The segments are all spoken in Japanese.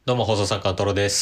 どうも放送作家のトロです。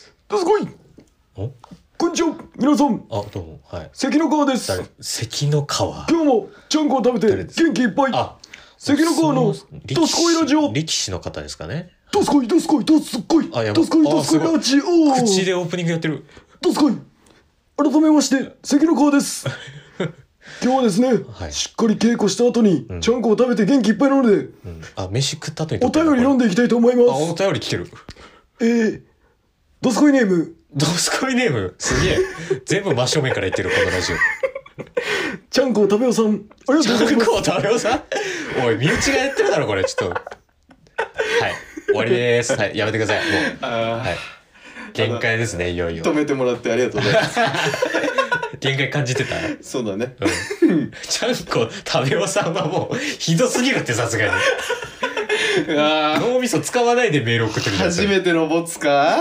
どうぞ来い。 お、 こんにちは皆さん。 あ、どうも。はい。 関の川です。 関の川。 今日もちゃんこを食べて元気いっぱい。 あ、 関の川のどすこいラジオ。 力士の方ですかね。 どすこいどすこいどすこいどすこいどすこいラジオ。 口でオープニングやってる。 どすこい。改めまして関の川です。今日はですね、 はい、 しっかり稽古した後にちゃんこを食べて元気いっぱいなので、 あ、飯食った後にお便り読んでいきたいと思います。 あ、お便り来てる。 どすこいネーム。 どすこいネームすげえ。全部真正面から言ってるこのラジオ。 ちゃんこを食べよさん、ありがとうございます。 ちゃんこを食べよさん。おい、身内がやってるだろこれ。ちょっと。はい、終わりです。はい、やめてください。もう。はい。限界ですね、いよいよ。 止めてもらってありがとうございます。 限界感じてた。 そうだね。 ちゃんこ食べよさんはもうひどすぎるって、さすがに。脳みそ使わないでメール送ってるじゃん。 初めてのボツか。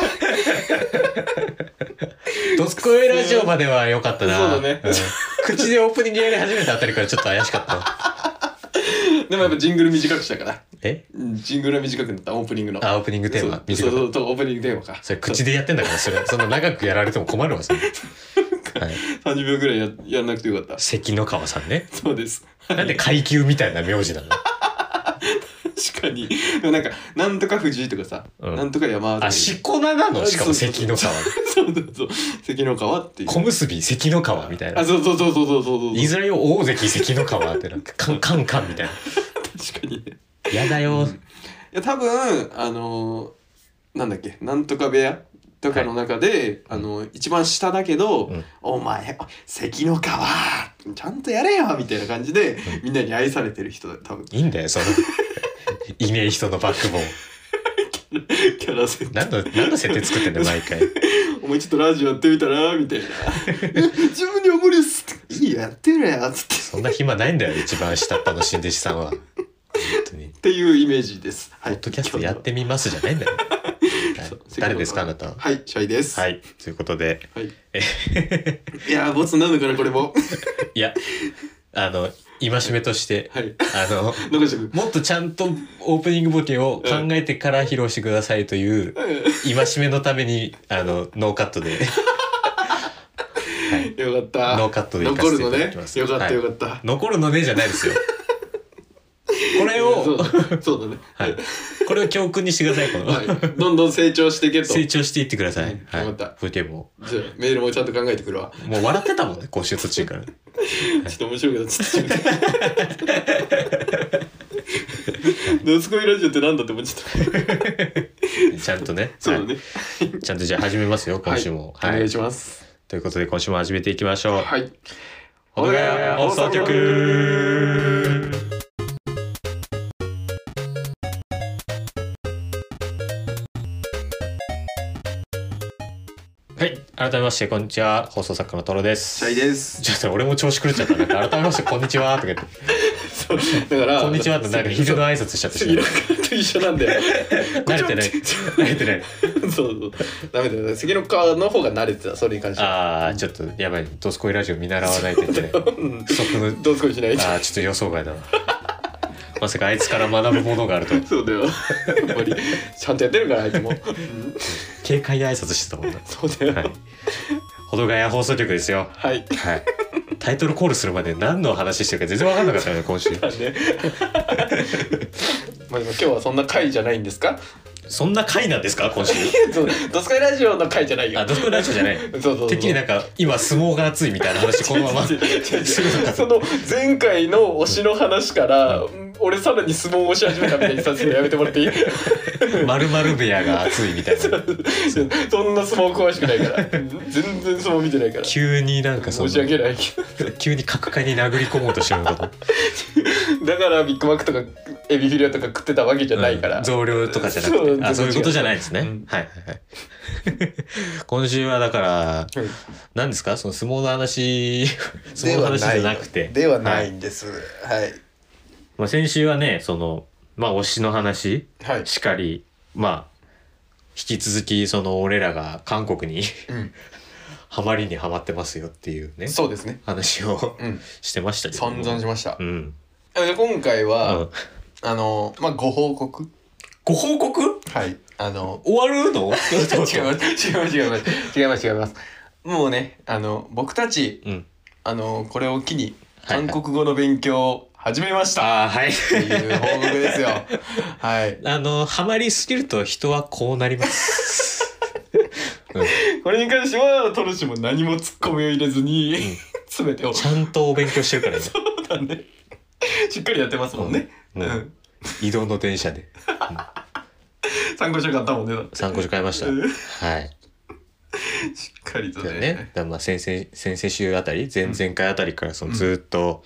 ドスコイラジオまでは良かったな。 そうだね。 口でオープニングやり始めたあたりからちょっと怪しかったわ。 でもやっぱジングル短くしたから。 ジングルは短くなった、オープニングの。 あ、オープニングテーマ。 そうオープニングテーマか。 それ口でやってんだから、その長くやられても困るわ、それ。 はい、30秒ぐらいやらなくてよかった。 関の川さんね。 そうです。 なんで階級みたいな名字なの。 確かに。でもなんか、なんとか藤井とかさ、なんとか山とか。 あ、しこ名なの。しかも関の川。 そう。関の川っていう。 小結び関の川みたいな。 あ、そう。 いずれよ大関関の川ってなんかカンカンみたいな。 確かにね。 やだよ。 いや、多分、なんだっけ、なんとか部屋とかの中で、一番下だけど、お前、関の川、ちゃんとやれよみたいな感じで、みんなに愛されてる人だ、多分。 いいんだよ、その、いねえ人のバックボーン。 キャラ設定。 何の設定作ってんだよ、毎回。 お前ちょっとラジオやってみたらみたいな。自分には無理っす。いいよ、やってみろよ、つって。 そんな暇ないんだよ、一番下っ端の新弟子さんは。本当に。 っていうイメージです。 ポッドキャストやってみますじゃないんだよ。誰ですか、あなたは。 はい、シャイです。 はい、ということで。 はい。いやー、ボツになるのかな、これも。 いや、戒めとして、もっとちゃんとオープニングボケを考えてから披露してくださいという戒めのために、ノーカットで。 よかった。 ノーカットでいかせていただきます。 よかったよかった。 残るのねじゃないですよ。これをそうだね。 はい。これを教訓にしてください。このどんどん成長していけと。 成長していってください。 はい。分かった。 風景も。 じゃあメールもちゃんと考えてくるわ。 もう笑ってたもんね、講習途中から。 ちょっと面白いけどちょっと。ドスコイラジオってなんだって思っちゃった。 ちゃんとね。 そうだね。 ちゃんとじゃあ始めますよ、今週も。 お願いします。 ということで今週も始めていきましょう。 はい。 保土ヶ谷放送局。はい、改めましてこんにちは、放送作家のトロです。 シャイです。 ちょっと俺も調子狂っちゃった。なんか改めましてこんにちはとか言って。 そうだからこんにちはってなんか昼の挨拶しちゃってしまう。 と一緒なんだよ。 慣れてない。慣れてない。 そうダメだよ。関の川の方が慣れてた、それに関しては。 ああ、ちょっとやばい。ドスコイラジオ見習わないといけない。不足のドスコイしないと。 ああ、ちょっと予想外だな。まさかあいつから学ぶものがあると。 そうだよ。やっぱりちゃんとやってるから、あいつも。 軽快で挨拶してたもんな。 そうだよ。 保土ヶ谷放送局ですよ。 はい。 はい。タイトルコールするまで何の話してるか全然分かんなかったよね、今週。 まあでも今日はそんな回じゃないんですか？ そんな回なんですか、今週。 ドスコイラジオの回じゃないよ。 あ、ドスコイラジオじゃない。 そう。 てっきりなんか今相撲が熱いみたいな話このまま。 その前回の推しの話から、俺さらに相撲をし始めたみたいにさせるのやめてもらっていい？ 〇〇部屋が熱いみたいな。 そんな相撲詳しくないから。全然相撲見てないから。 急になんか申し訳ない。 急に角界に殴り込もうとしてるのかと。 だからビッグマックとかエビフィレオとか食ってたわけじゃないから。 増量とかじゃなくて。あ、そういうことじゃないですね。はい。今週はだから何ですか、その相撲の話、相撲の話じゃなくて。 ではないんです。はい。 まあ先週はね、そのまあ推しの話しかり、まあ引き続きその俺らが韓国にハマりにハマってますよっていうね。 そうですね。 話をしてましたけど。 散々しました。 うん。 今回はまあご報告。 ご報告？ はい。 終わるの違います。もうね、僕たち、これを機に、韓国語の勉強を始めました。 はい。 っていう報告ですよ。はい。 ハマりすぎると人はこうなります。 これに関しては、トルシも何もツッコミを入れずに、すべてを。 ちゃんとお勉強してるからね。 そうだね。しっかりやってますもんね。 移動の電車で。 参考書買ったもんね。 参考書買いました。はい。 しっかりとね。 だまあ先々週あたり、前々回あたりからずっと、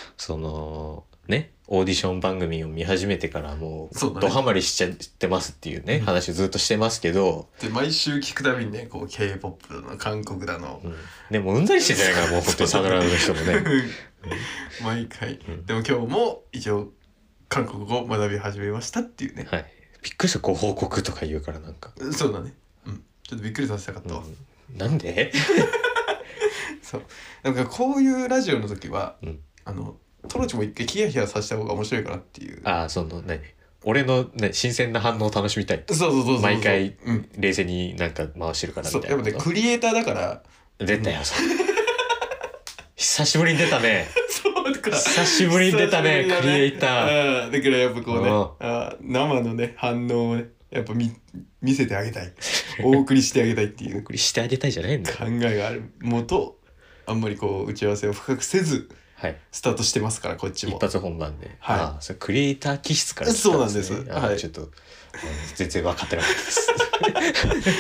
オーディション番組を見始めてからもうドハマりしちゃってますっていうね、話ずっとしてますけど、 で毎週聞くたびにね、こう K-POP の韓国だの、 でもうんざりしてんじゃないかな、もう本当にサドラーの人もね。 毎回、でも今日も一応韓国語を学び始めましたっていうね。 はい。びっくりした、ご報告とか言うからなんか。 そうだね。ちょっとびっくりさせたかったわ。 なんで？ そう。なんかこういうラジオの時は、トロチも一回ヒヤヒヤさせた方が面白いかなっていう。 俺のね、新鮮な反応を楽しみたい。 そう毎回、冷静になんか回してるからみたいな。 そう、やっぱね、クリエイターだから。 出たよ、久しぶりに出たね。 そうか。 久しぶりに出たね、クリエイター。だからやっぱこうね、生のね、反応をね、やっぱ見せてあげたい。お送りしてあげたいっていう。 お送りしてあげたいじゃないんだよ。 考えがあるもと、あんまりこう、打ち合わせを深くせず、スタートしてますから、こっちも。 一発本番で。 はい。 それクリエイター気質から来たんですね。 そうなんです。はい。ちょっと、全然分かってなかったです。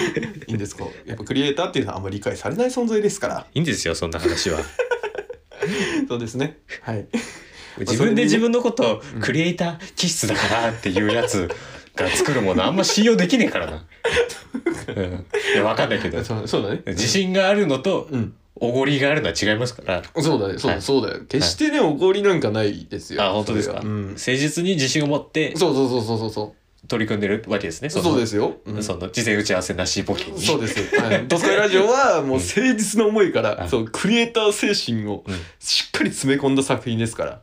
いいんですか。やっぱクリエイターっていうのはあんまり理解されない存在ですから。 いいんですよ、そんな話は。 そうですね。はい。 自分で自分のことをクリエイター気質だからっていうやつが作るものあんま信用できねえからな。いや、分かんないけど。 そうだね。 自信があるのと、おごりがあるのは違いますから。 そうだね。そうだよ。決してね、おごりなんかないですよ。 あ、本当ですか。誠実に自信を持って。 そう取り組んでるわけですね。 そうですよ。 その事前打ち合わせなしボケに。 そうです。ドスコイラジオはもう誠実な思いから、クリエイター精神をしっかり詰め込んだ作品ですから。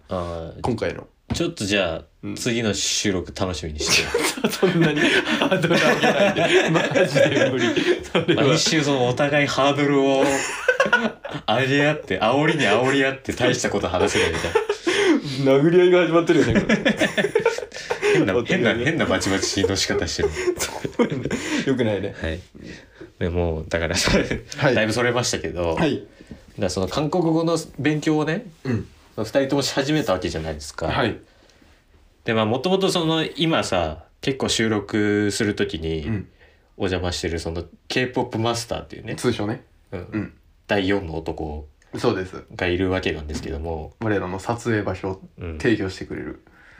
今回の。 ちょっとじゃあ、次の収録楽しみにして。 そんなにハードル上げないで。マジで無理。 毎週お互いハードルを上げ合って、煽りに煽り合って大したこと話せないみたいな。殴り合いが始まってるよね、これ。 変なバチバチの仕方してる。 よくないね。 はい。でもだからだいぶそれましたけど、 はい。 だその韓国語の勉強をね、2人ともし始めたわけじゃないですか。 はい。 でもともと今さ結構収録するときにお邪魔してるK-POP マスターっていうね、 通称ね、 第4の男そうですがいるわけなんですけども、 我らの撮影場所を提供してくれる、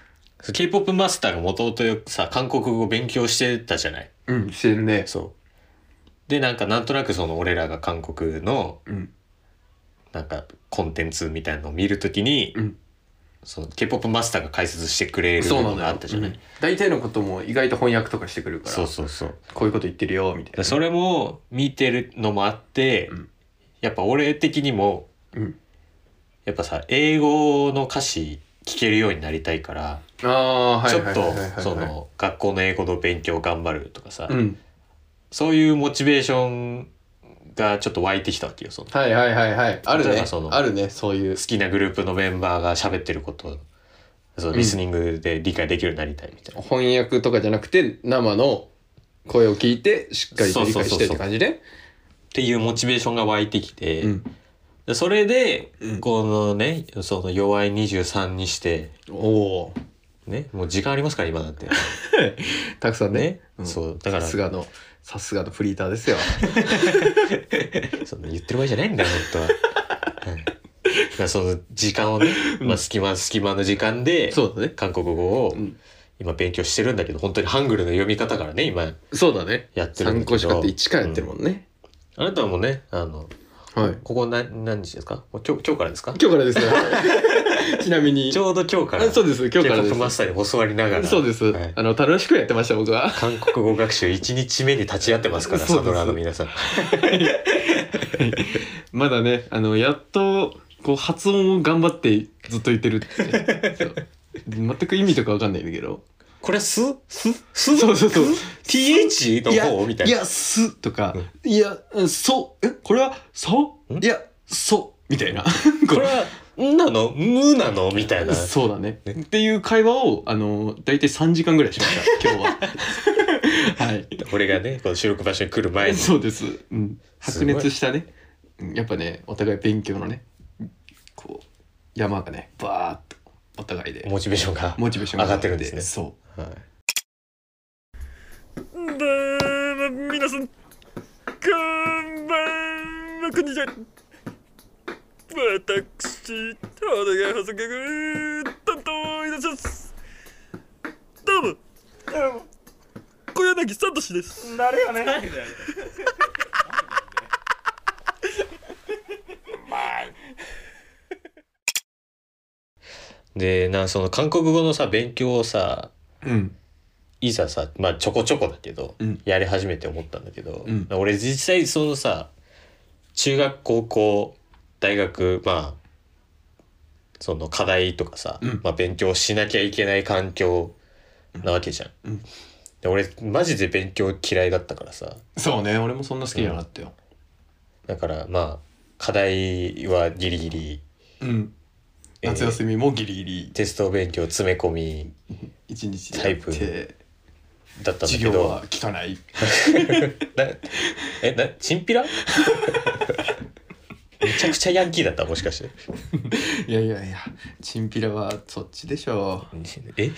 K-POP マスターがもともとさ韓国語を勉強してたじゃない。 してるね。 そうでなんとなく俺らが韓国のなんかコンテンツみたいなのを見るときに、K-POP マスターが解説してくれるのがあったじゃない。 大体のことも意外と翻訳とかしてくるから、 そうこういうこと言ってるよみたいな。 それも見てるのもあって、やっぱ俺的にも、やっぱさ英語の歌詞聞けるようになりたいから、ちょっと学校の英語の勉強頑張るとかさ、そういうモチベーションがちょっと湧いてきたわけよ。 はいあるね。あるね、そういう好きなグループのメンバーが喋ってることをリスニングで理解できるようになりたいみたいな、 翻訳とかじゃなくて生の声を聞いてしっかりと理解してって感じでっていうモチベーションが湧いてきて、それで、このね弱い23にしてね、もう時間ありますから今だってたくさんね、 そうだからさすがのフリーターですよ。 そんな言ってる場合じゃないんだよ本当は。その時間をね、隙間の時間で韓国語を今勉強してるんだけど、本当にハングルの読み方からね今そうだねやってるんだけど、 参考書買って1からやってるもんね。 あなたはもうねここ何日ですか？今日からですか？ 今日からですね。ちなみにちょうど今日から。 そうです、今日からです。 K-POP マスターに教わりながら。 そうです。楽しくやってました僕は。 韓国語学習1日目に立ち会ってますから、サドラーの皆さん。 まだねやっとこう発音を頑張ってずっと言ってるって、全く意味とかわかんないんだけど。 これすそうそうそう。 th の方みたいな。 いや、すとか、いや、そ、これは、いや、みたいな。 これは、んなのむなのみたいな。 そうだね。っていう会話を、だいたい3時間ぐらいしました、今日は。はい。 俺がね、この収録場所に来る前に。 そうです。うん。白熱したね。やっぱね、お互い勉強のね、こう、山がね、バーっと、お互いで。 モチベーションが上がってるんですね。 そう。はい。 皆さん、こんばんは、こんにちは。私、ただが補足担当いたします。どうも、小柳聡です。 誰よね。 でその韓国語のさ勉強をさ、いざさまあちょこちょこだけど、やり始めて思ったんだけど、俺実際そのさ中学高校大学まあその課題とかさ、まあ、勉強しなきゃいけない環境なわけじゃん。で俺マジで勉強嫌いだったからさ。 そうね、俺もそんな好きじゃなかったよ。 だからまあ課題はギリギリ、 夏休みもギリギリ、 テスト勉強詰め込み 1日タイプだったんだけど、 授業は聞かないチンピラめちゃくちゃヤンキーだったもしかしていやチンピラはそっちでしょう。 め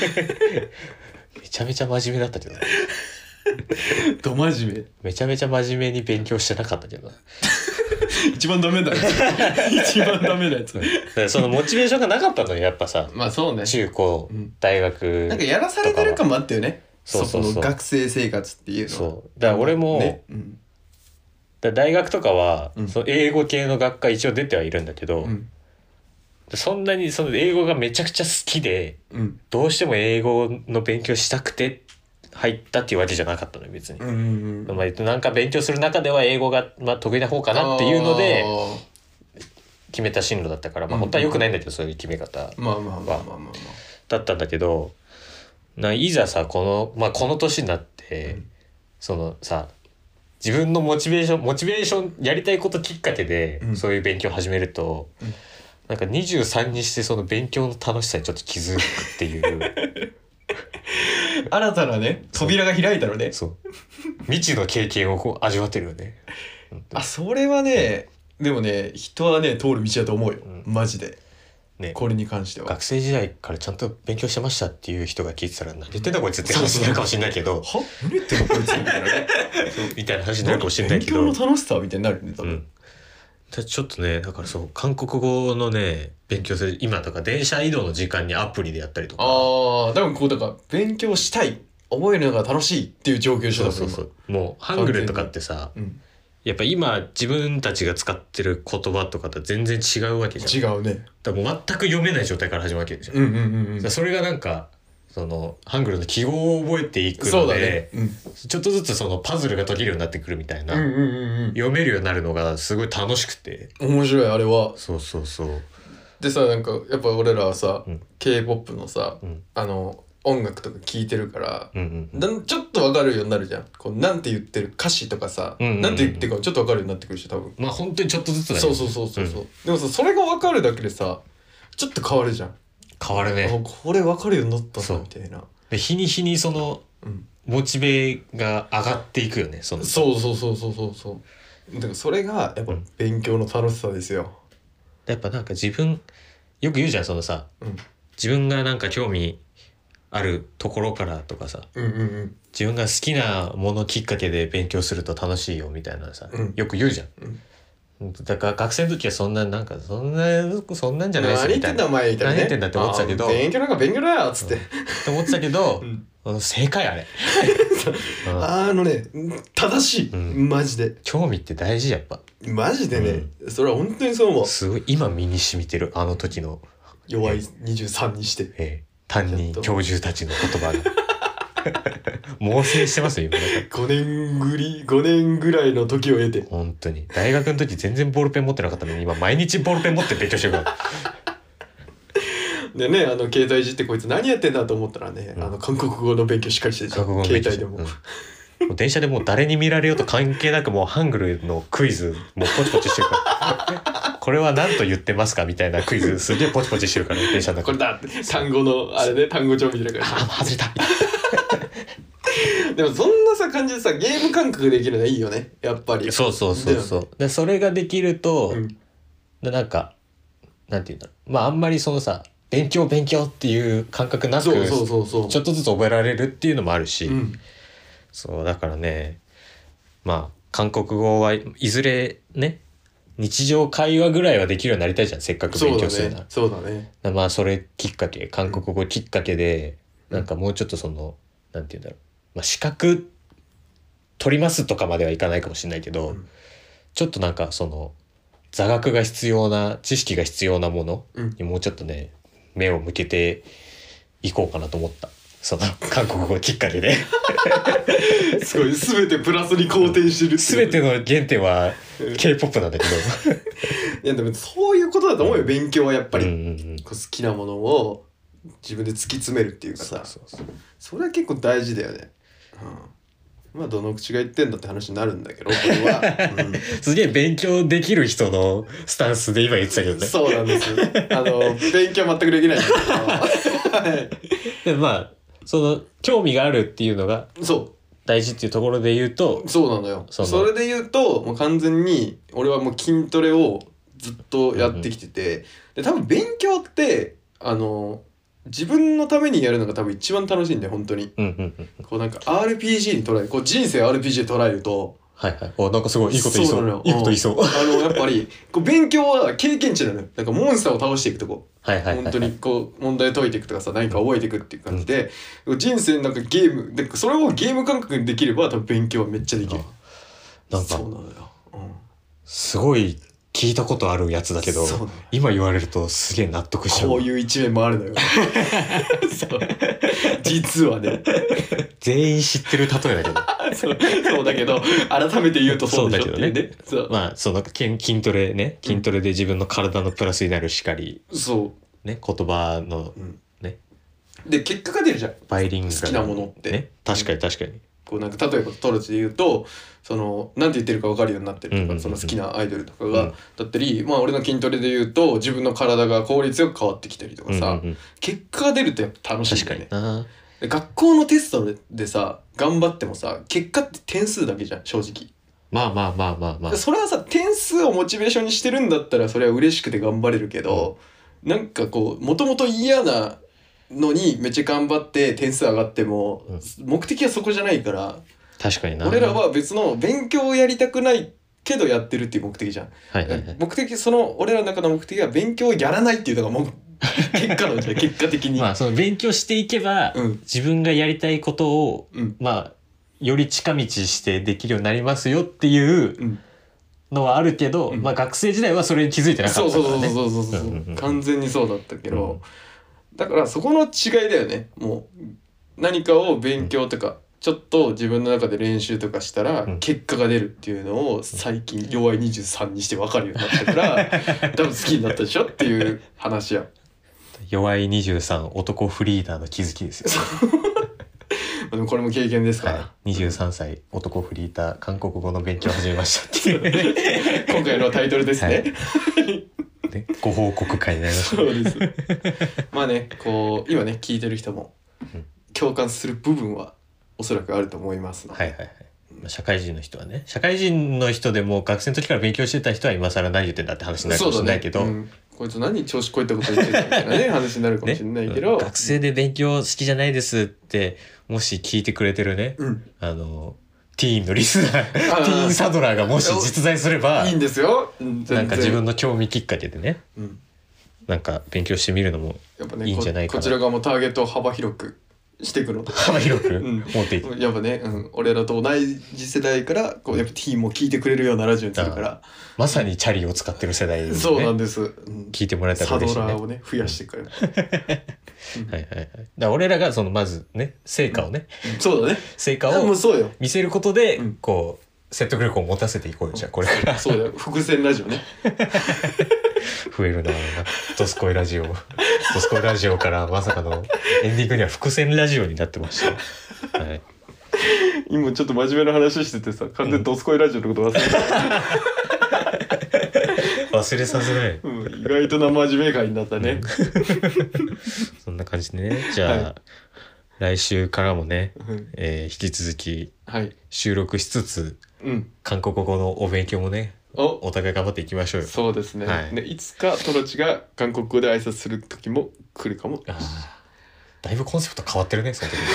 ちゃめちゃ真面目だったけどど真面目。 めちゃめちゃ真面目に勉強してなかったけど一番ダメだよ一番ダメなやつ。 そのモチベーションがなかったのよやっぱさ。 まあそうね。 中高、大学なんかやらされてる感もあったよね。 そうの学生生活っていうのは。 そうだから俺も、大学とかは、その英語系の学科一応出てはいるんだけど、そんなにその英語がめちゃくちゃ好きで、どうしても英語の勉強したくて入ったっていうわけじゃなかったのよ別に。まあ、なんか勉強する中では英語が、まあ、得意な方かなっていうので決めた進路だったから、まあ本当は良くないんだけど、そういう決め方はだったんだけど、いざさこの年になって、そのさ自分のモチベーションやりたいこときっかけで、そういう勉強を始めると、なんか23にしてその勉強の楽しさにちょっと気づくっていう新たなね扉が開いたのね。 そう未知の経験をこう味わってるよね。 それはね、でもね人はね通る道だと思うよ、マジで。ね、これに関しては学生時代からちゃんと勉強してましたっていう人が聞いてたら何言ってんだこいつって話になるかもしれないけど、 は何言ってんのこいつみたいなねみたいな話になるかもしれないけど、 勉強の楽しさみたいになるね多分。 ちょっとねだからそう韓国語のね勉強する今とか電車移動の時間にアプリでやったりとか。 多分こうだから勉強したい覚えるのが楽しいっていう状況してた。 そうもうハングルとかってさ、やっぱ今自分たちが使ってる言葉とかと全然違うわけじゃん。 違うね。 だからもう全く読めない状態から始まるわけじゃん。それがなんかそのハングルの記号を覚えていくので、ちょっとずつそのパズルが解けるようになってくるみたいな、読めるようになるのがすごい楽しくて面白いあれは。 そうでさ、なんかやっぱ俺らはさ、K-POP のさ、音楽とか聴いてるから、ちょっと分かるようになるじゃん。こうなんて言ってる歌詞とかさ、なんて言ってるかちょっと分かるようになってくるし、多分まあ本当にちょっとずつだね。 そう、でもさそれが分かるだけでさちょっと変わるじゃん。 変わるね。 これ分かるようになったなみたいな。 で日に日にその、モチベが上がっていくよね。そうだからそれがやっぱ勉強の楽しさですよ。 やっぱなんか自分よく言うじゃん、そのさ、自分がなんか興味あるところからとかさ、自分が好きなものきっかけで勉強すると楽しいよみたいなさ、よく言うじゃん。だから学生の時はそんなんじゃないですみたいな。何言ってんだって思ってたけど、 勉強なんか勉強だよっつってって思ってたけど、正解あれ正しい、マジで興味って大事やっぱマジでね、それは本当にそう思う。 すごい今身に染みてるあの時の弱い23にして、 担任教授たちの言葉が猛省してますよ今。 5年ぐらいの時を経て。 本当に大学の時全然ボールペン持ってなかったのに今毎日ボールペン持って勉強してるからでね、携帯いじってこいつ何やってんだと思ったらね、韓国語の勉強しっかりしてるじゃん、携帯でも。 電車でもう誰に見られようと関係なくもうハングルのクイズもうポチポチしてるからこれは何と言ってますかみたいなクイズすげえポチポチしてるから電車の中これだって単語のあれね、単語帳みたいな感じ。 外れたでもそんなさ感じでさゲーム感覚できるのはいいよねやっぱり。 そうでそれができると、でなんかなんていうんだろう、まああんまりそのさ勉強っていう感覚なくちょっとずつ覚えられるっていうのもあるし、そうだからね、まあ韓国語はいずれね日常会話ぐらいはできるようになりたいじゃん、せっかく勉強するなら。 そうだね。 まあそれきっかけ、韓国語きっかけで、なんかもうちょっとそのなんていうんだろう、まあ資格取りますとかまではいかないかもしれないけど、ちょっとなんかその座学が必要な知識が必要なものにもうちょっとね、目を向けていこうかなと思った。その韓国語きっかけで。 すごい全てプラスに好転してる。 全ての原点は K-POP なんだけど。 いやでもそういうことだと思うよ、勉強はやっぱり、好きなものを自分で突き詰めるっていうかさ、それは結構大事だよね。まあどの口が言ってんだって話になるんだけど、これは、 すげえ勉強できる人のスタンスで今言ってたけどね。 そうなんです。勉強全くできないんだけど。でまあその興味があるっていうのが大事っていうところで言うと、 そうなのよ。それで言うともう完全に俺はもう筋トレをずっとやってきてて、で多分勉強って自分のためにやるのが多分一番楽しいんだよ本当に。こうなんか RPG に捉える、こう人生 RPG で捉えると。 なんかすごいいいこと言いそう。いいこと言いそう。 やっぱりこう勉強は経験値なのよ。なんかモンスターを倒していくとこ。本当にこう問題を解いていくとかさ、何か覚えていくっていう感じで、人生なんかゲームでそれをゲーム感覚にできれば多分勉強はめっちゃできる。 なんかそうなのよ。 すごい聞いたことあるやつだけど、今言われるとすげえ納得しちゃう。 こういう一面もあるのよ。そう実はね。 全員知ってる例えだけど。 そうだけど改めて言うとそうでしょっていうね。 まあその筋トレね、筋トレで自分の体のプラスになるしかり、 そうね、言葉のね、 で結果が出るじゃん。 バイリンガル好きなものってね、確かにこうなんか例えばトルチで言うとそのなんて言ってるか分かるようになってるとか、その好きなアイドルとかが、だったり、まあ俺の筋トレで言うと自分の体が効率よく変わってきたりとかさ、結果が出るとやっぱ楽しいんだよね。 確かにで学校のテストでさ頑張ってもさ結果って点数だけじゃん正直。 まあそれはさ点数をモチベーションにしてるんだったらそれは嬉しくて頑張れるけど、なんかこうもともと嫌なのにめっちゃ頑張って点数上がっても、目的はそこじゃないから。 確かにな。 俺らは別の勉強をやりたくないけどやってるっていう目的じゃん。目的、その俺らの中の目的は勉強をやらないっていうのがもう結果なんじゃない結果的に。 まあその勉強していけば、自分がやりたいことを、まあより近道してできるようになりますよっていうのはあるけど、まあ学生時代はそれに気づいてなかったからね。 そう完全にそうだったけど、だからそこの違いだよね。もう何かを勉強とか、ちょっと自分の中で練習とかしたら結果が出るっていうのを最近弱い23にして分かるようになったから多分好きになったでしょっていう話や。 弱い23男フリーダーの気づきですよ。 でもこれも経験ですから、 23歳男フリーター韓国語の勉強を始めましたっていう今回のタイトルですね。 ご報告会になりました。 そうです。まあね、こう今ね聞いてる人も共感する部分はおそらくあると思いますので。 社会人の人はね、社会人の人でも学生の時から勉強してた人は今更何言ってんだって話になるかもしれないけど、 こいつ何調子こいたこと言ってるみたいなね話になるかもしれないけど、 学生で勉強好きじゃないですってもし聞いてくれてるね、ティーンのリスナーティーンサドラーがもし実在すればいいんですよ。 なんか自分の興味きっかけでね、なんか勉強してみるのもいいんじゃないかな。 こちら側もターゲットを幅広くしていくのと幅広く持っていく、 やっぱね、俺らと同じ世代からこうやっぱティーンも聞いてくれるようなラジオにするから、 まさにチャリを使ってる世代にね、 そうなんです、 聞いてもらえたら嬉しいね。 サドラーをね増やしてくれる。 だから俺らがそのまずね成果をね、 そうだね、 成果を見せることでこ説得力を持たせていこうよじゃあこれからそうだよ伏線ラジオね増えるなドスコイラジオドスコイラジオからまさかのエンディングには伏線ラジオになってました、はい、 今ちょっと真面目な話しててさ完全にドスコイラジオのこと忘れた、 忘れさせない、 意外とな真面目会になったね、 そんな感じでねじゃあ、はい、来週からもね、引き続き収録しつつ、韓国語のお勉強もねお互い頑張っていきましょうよ。 そうですね、はい、いつかトロチが韓国語で挨拶する時も来るかも。 だいぶコンセプト変わってるねその時に、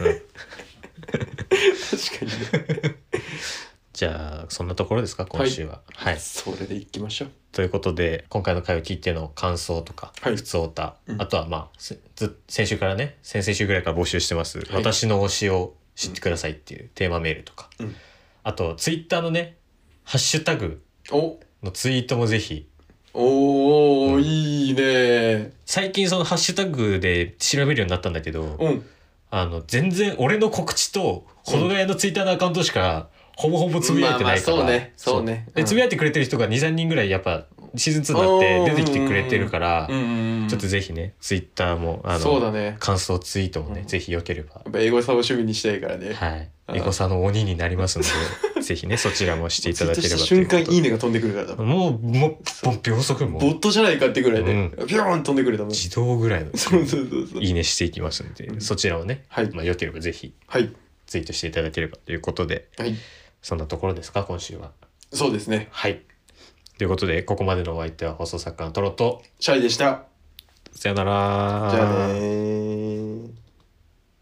確かにねじゃあそんなところですか今週は。 はい、それでいきましょう。 ということで今回の回を聞いての感想とか、普通オタ、あとはまあ先週からね先々週ぐらいから募集してます、私の推しを知ってくださいっていうテーマメールとか、あとツイッターのねハッシュタグのツイートもぜひ。 いいね。 最近そのハッシュタグで調べるようになったんだけど、全然俺の告知とほどがやのツイッターのアカウントしかほぼほぼつぶやいてないから、 そうね。 でつぶやいてくれてる人が 2,3 人ぐらいやっぱシーズン2になって出てきてくれてるから、ちょっとぜひねツイッターもそうだね、 感想ツイートもね、ぜひよければ。 やっぱエゴサを趣味にしたいからね。 はい。エゴサの鬼になりますのでぜひねそちらもしていただければ。 瞬間いいねが飛んでくるからもう秒速もボットじゃないかってぐらいで、ピョーン飛んでくる。 自動ぐらいのいいねしていきますので、そちらをね、よければぜひツイートしていただければということで、そんなところですか今週は。 そうですね。 はい。ということでここまでのお相手は放送作家のトロとシャイでした。 さよなら。 じゃあね。